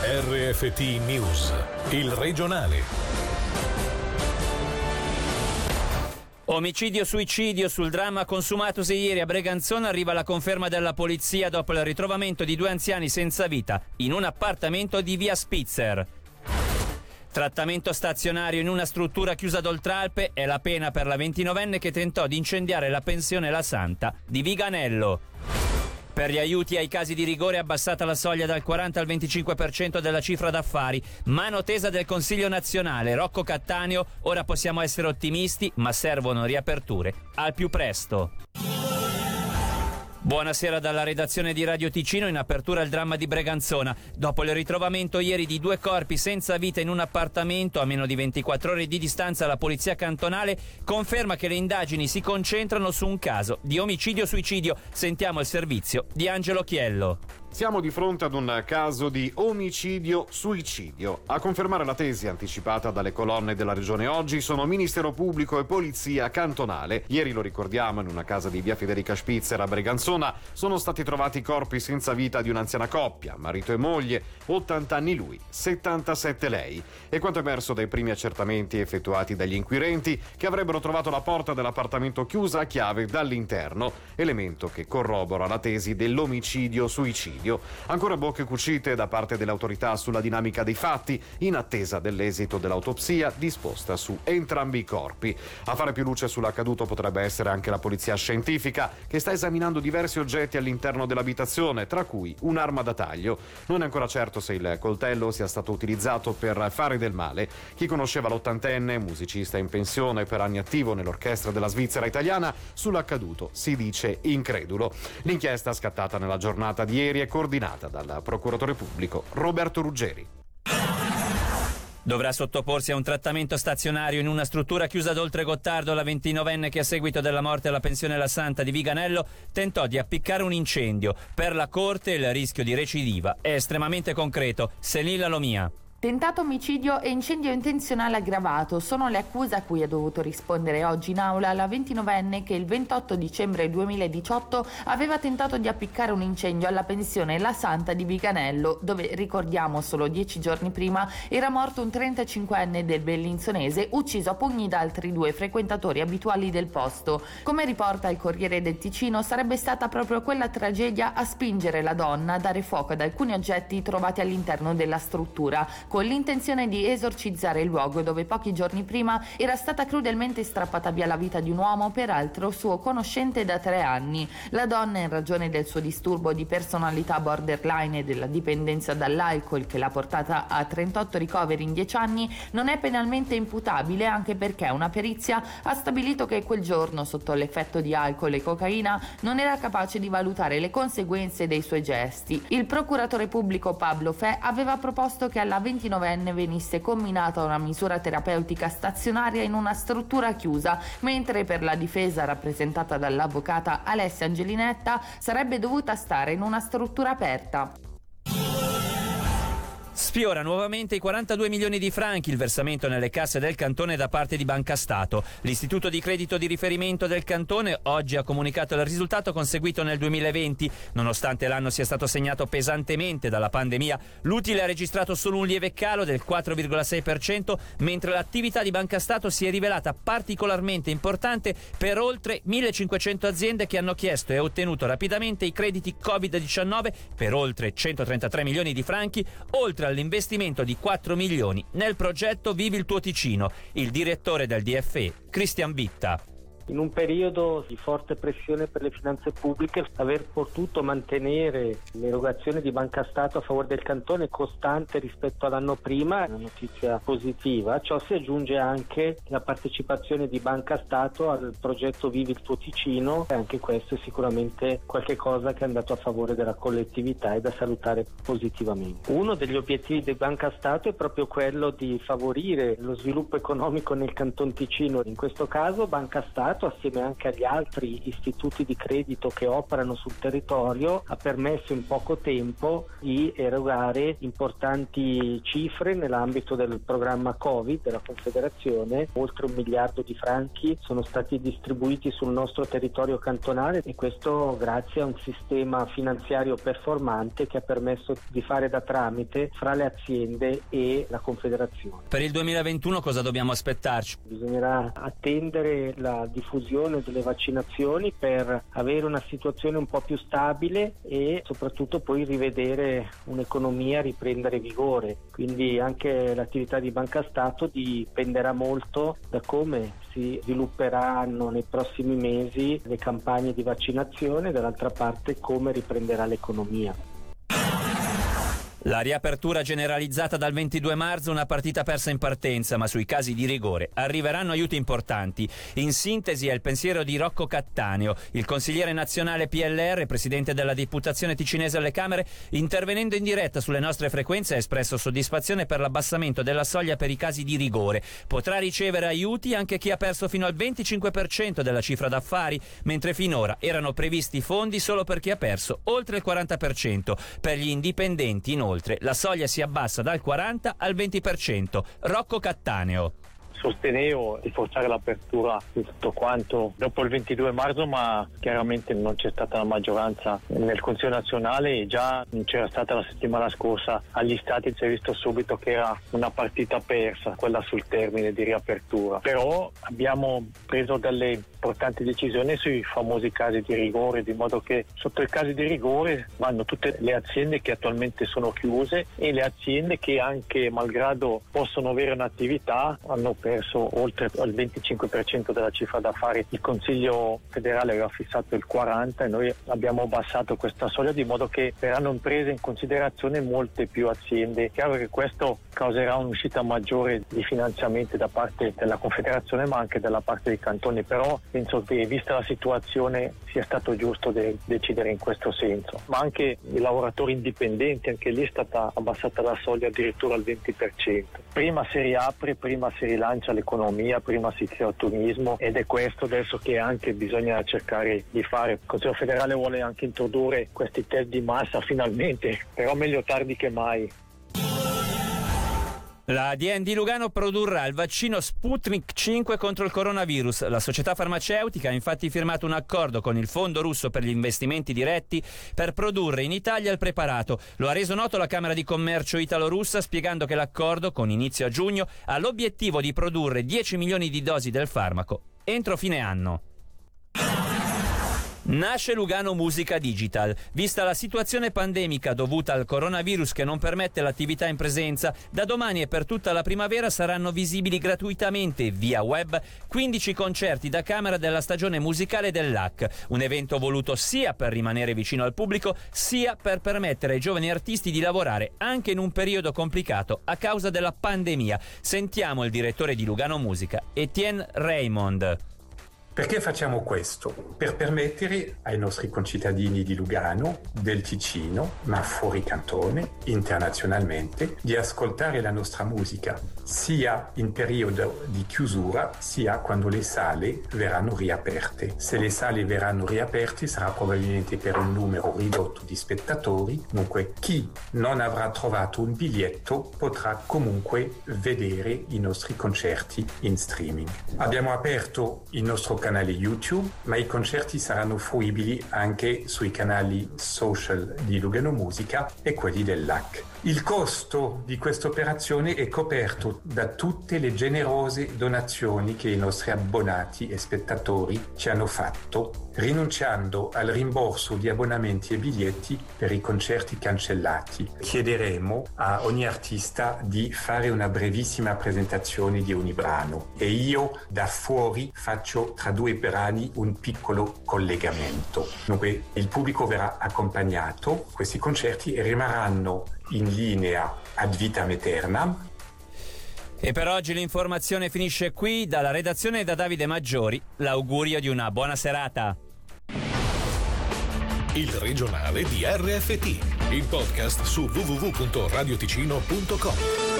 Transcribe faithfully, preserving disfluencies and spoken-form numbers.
R F T News, il regionale. Omicidio-suicidio sul dramma consumatosi ieri a Breganzona. Arriva la conferma della polizia dopo il ritrovamento di due anziani senza vita in un appartamento di via Spitzer. Trattamento stazionario in una struttura chiusa d'Oltralpe è la pena per la ventinovenne che tentò di incendiare la pensione La Santa di Viganello. Per gli aiuti ai casi di rigore è abbassata la soglia dal quaranta al venticinque per cento della cifra d'affari. Mano tesa del Consiglio nazionale. Rocco Cattaneo: ora possiamo essere ottimisti, ma servono riaperture al più presto. Buonasera dalla redazione di Radio Ticino. In apertura il dramma di Breganzona. Dopo il ritrovamento ieri di due corpi senza vita in un appartamento a meno di ventiquattro ore di distanza, la polizia cantonale conferma che le indagini si concentrano su un caso di omicidio-suicidio. Sentiamo il servizio di Angelo Chiello. Siamo di fronte ad un caso di omicidio-suicidio. A confermare la tesi anticipata dalle colonne della Regione oggi sono Ministero Pubblico e Polizia Cantonale. Ieri, lo ricordiamo, in una casa di via Federica Spitzer a Breganzona sono stati trovati corpi senza vita di un'anziana coppia, marito e moglie, ottanta anni lui, settantasette lei. E quanto emerso dai primi accertamenti effettuati dagli inquirenti, che avrebbero trovato la porta dell'appartamento chiusa a chiave dall'interno, elemento che corrobora la tesi dell'omicidio-suicidio. Ancora bocche cucite da parte delle autorità sulla dinamica dei fatti, in attesa dell'esito dell'autopsia disposta su entrambi i corpi. A fare più luce sull'accaduto potrebbe essere anche la polizia scientifica, che sta esaminando diversi oggetti all'interno dell'abitazione, tra cui un'arma da taglio. Non è ancora certo se il coltello sia stato utilizzato per fare del male. Chi conosceva l'ottantenne, musicista in pensione per anni attivo nell'orchestra della Svizzera italiana, sull'accaduto si dice incredulo. L'inchiesta scattata nella giornata di ieri è coordinata dal procuratore pubblico Roberto Ruggeri. Dovrà sottoporsi a un trattamento stazionario in una struttura chiusa ad Oltregottardo la ventinovenne che, a seguito della morte alla pensione La Santa di Viganello, tentò di appiccare un incendio. Per la Corte il rischio di recidiva è estremamente concreto. Selilla Lomia. Tentato omicidio e incendio intenzionale aggravato sono le accuse a cui ha dovuto rispondere oggi in aula la ventinovenne che il ventotto dicembre duemiladiciotto aveva tentato di appiccare un incendio alla pensione La Santa di Viganello, dove, ricordiamo, solo dieci giorni prima era morto un trentacinquenne del Bellinzonese, ucciso a pugni da altri due frequentatori abituali del posto. Come riporta il Corriere del Ticino, sarebbe stata proprio quella tragedia a spingere la donna a dare fuoco ad alcuni oggetti trovati all'interno della struttura, con l'intenzione di esorcizzare il luogo dove pochi giorni prima era stata crudelmente strappata via la vita di un uomo, peraltro suo conoscente da tre anni. La donna, in ragione del suo disturbo di personalità borderline e della dipendenza dall'alcol che l'ha portata a trentotto ricoveri in dieci anni, non è penalmente imputabile, anche perché una perizia ha stabilito che quel giorno, sotto l'effetto di alcol e cocaina, non era capace di valutare le conseguenze dei suoi gesti. Il procuratore pubblico Pablo Fe aveva proposto che alla ventinovenne venisse comminata una misura terapeutica stazionaria in una struttura chiusa, mentre per la difesa, rappresentata dall'avvocata Alessia Angelinetta, sarebbe dovuta stare in una struttura aperta. Sfiora nuovamente i quarantadue milioni di franchi il versamento nelle casse del cantone da parte di Banca Stato. L'istituto di credito di riferimento del cantone oggi ha comunicato il risultato conseguito nel duemilaventi. Nonostante l'anno sia stato segnato pesantemente dalla pandemia, l'utile ha registrato solo un lieve calo del quattro virgola sei per cento, mentre l'attività di Banca Stato si è rivelata particolarmente importante per oltre millecinquecento aziende che hanno chiesto e ottenuto rapidamente i crediti covid diciannove per oltre centotrentatré milioni di franchi, oltre all'investimento di quattro milioni nel progetto Vivi il tuo Ticino. Il direttore del D F E, Cristian Bitta. In un periodo di forte pressione per le finanze pubbliche, aver potuto mantenere l'erogazione di Banca Stato a favore del cantone costante rispetto all'anno prima è una notizia positiva. Ciò si aggiunge anche la partecipazione di Banca Stato al progetto Vivi il tuo Ticino, e anche questo è sicuramente qualche cosa che è andato a favore della collettività e da salutare positivamente. Uno degli obiettivi di Banca Stato è proprio quello di favorire lo sviluppo economico nel Canton Ticino. In questo caso Banca Stato Stato, assieme anche agli altri istituti di credito che operano sul territorio, ha permesso in poco tempo di erogare importanti cifre nell'ambito del programma Covid della Confederazione. Oltre un miliardo di franchi sono stati distribuiti sul nostro territorio cantonale, e questo grazie a un sistema finanziario performante che ha permesso di fare da tramite fra le aziende e la Confederazione. Per il duemilaventuno cosa dobbiamo aspettarci? Bisognerà attendere la diffusione delle vaccinazioni per avere una situazione un po' più stabile e soprattutto poi rivedere un'economia, riprendere vigore. Quindi anche l'attività di Banca Stato dipenderà molto da come si svilupperanno nei prossimi mesi le campagne di vaccinazione e dall'altra parte come riprenderà l'economia. La riapertura generalizzata dal ventidue marzo, una partita persa in partenza, ma sui casi di rigore arriveranno aiuti importanti. In sintesi è il pensiero di Rocco Cattaneo, il consigliere nazionale P L R, presidente della Diputazione Ticinese alle Camere, intervenendo in diretta sulle nostre frequenze ha espresso soddisfazione per l'abbassamento della soglia per i casi di rigore. Potrà ricevere aiuti anche chi ha perso fino al venticinque per cento della cifra d'affari, mentre finora erano previsti fondi solo per chi ha perso oltre il quaranta per cento. Per gli indipendenti, inoltre, la soglia si abbassa dal quaranta al venti per cento. Rocco Cattaneo. Sostenevo di forzare l'apertura di tutto quanto dopo il ventidue marzo, ma chiaramente non c'è stata la maggioranza nel Consiglio nazionale e già c'era stata la settimana scorsa agli stati, si è visto subito che era una partita persa quella sul termine di riapertura. Però abbiamo preso delle importanti decisioni sui famosi casi di rigore, di modo che sotto i casi di rigore vanno tutte le aziende che attualmente sono chiuse e le aziende che, anche malgrado possono avere un'attività, hanno perso oltre il venticinque per cento della cifra d'affari. Il Consiglio federale aveva fissato il quaranta e noi abbiamo abbassato questa soglia, di modo che verranno prese in considerazione molte più aziende. Chiaro che questo causerà un'uscita maggiore di finanziamenti da parte della Confederazione, ma anche dalla parte dei cantoni, però penso che, vista la situazione, sia stato giusto de- decidere in questo senso. Ma anche i lavoratori indipendenti, anche lì è stata abbassata la soglia addirittura al venti per cento. Prima si riapre, prima si rilancia l'economia, prima si crea ottimismo, ed è questo adesso che anche bisogna cercare di fare. Il Consiglio federale vuole anche introdurre questi test di massa finalmente, però meglio tardi che mai. La A D N di Lugano produrrà il vaccino Sputnik cinque contro il coronavirus. La società farmaceutica ha infatti firmato un accordo con il Fondo russo per gli investimenti diretti per produrre in Italia il preparato. Lo ha reso noto la Camera di Commercio italo-russa, spiegando che l'accordo, con inizio a giugno, ha l'obiettivo di produrre dieci milioni di dosi del farmaco entro fine anno. Nasce Lugano Musica Digital. Vista la situazione pandemica dovuta al coronavirus che non permette l'attività in presenza, da domani e per tutta la primavera saranno visibili gratuitamente via web quindici concerti da camera della stagione musicale dell'A C, un evento voluto sia per rimanere vicino al pubblico sia per permettere ai giovani artisti di lavorare anche in un periodo complicato a causa della pandemia. Sentiamo il direttore di Lugano Musica, Etienne Raymond. Perché facciamo questo? Per permettere ai nostri concittadini di Lugano, del Ticino, ma fuori cantone, internazionalmente, di ascoltare la nostra musica, sia in periodo di chiusura, sia quando le sale verranno riaperte. Se le sale verranno riaperte sarà probabilmente per un numero ridotto di spettatori, dunque chi non avrà trovato un biglietto potrà comunque vedere i nostri concerti in streaming. Abbiamo aperto il nostro canale YouTube, ma i concerti saranno fruibili anche sui canali social di Lugano Musica e quelli dell'A C. Il costo di questa operazione è coperto da tutte le generose donazioni che i nostri abbonati e spettatori ci hanno fatto, rinunciando al rimborso di abbonamenti e biglietti per i concerti cancellati. Chiederemo a ogni artista di fare una brevissima presentazione di ogni brano e io da fuori faccio tra due brani un piccolo collegamento. Dunque il pubblico verrà accompagnato, questi concerti, e rimarranno in linea ad vitam aeternam. E per oggi l'informazione finisce qui. Dalla redazione da Davide Maggiori l'augurio di una buona serata. Il regionale di R F T, il podcast su w w w punto radioticino punto com.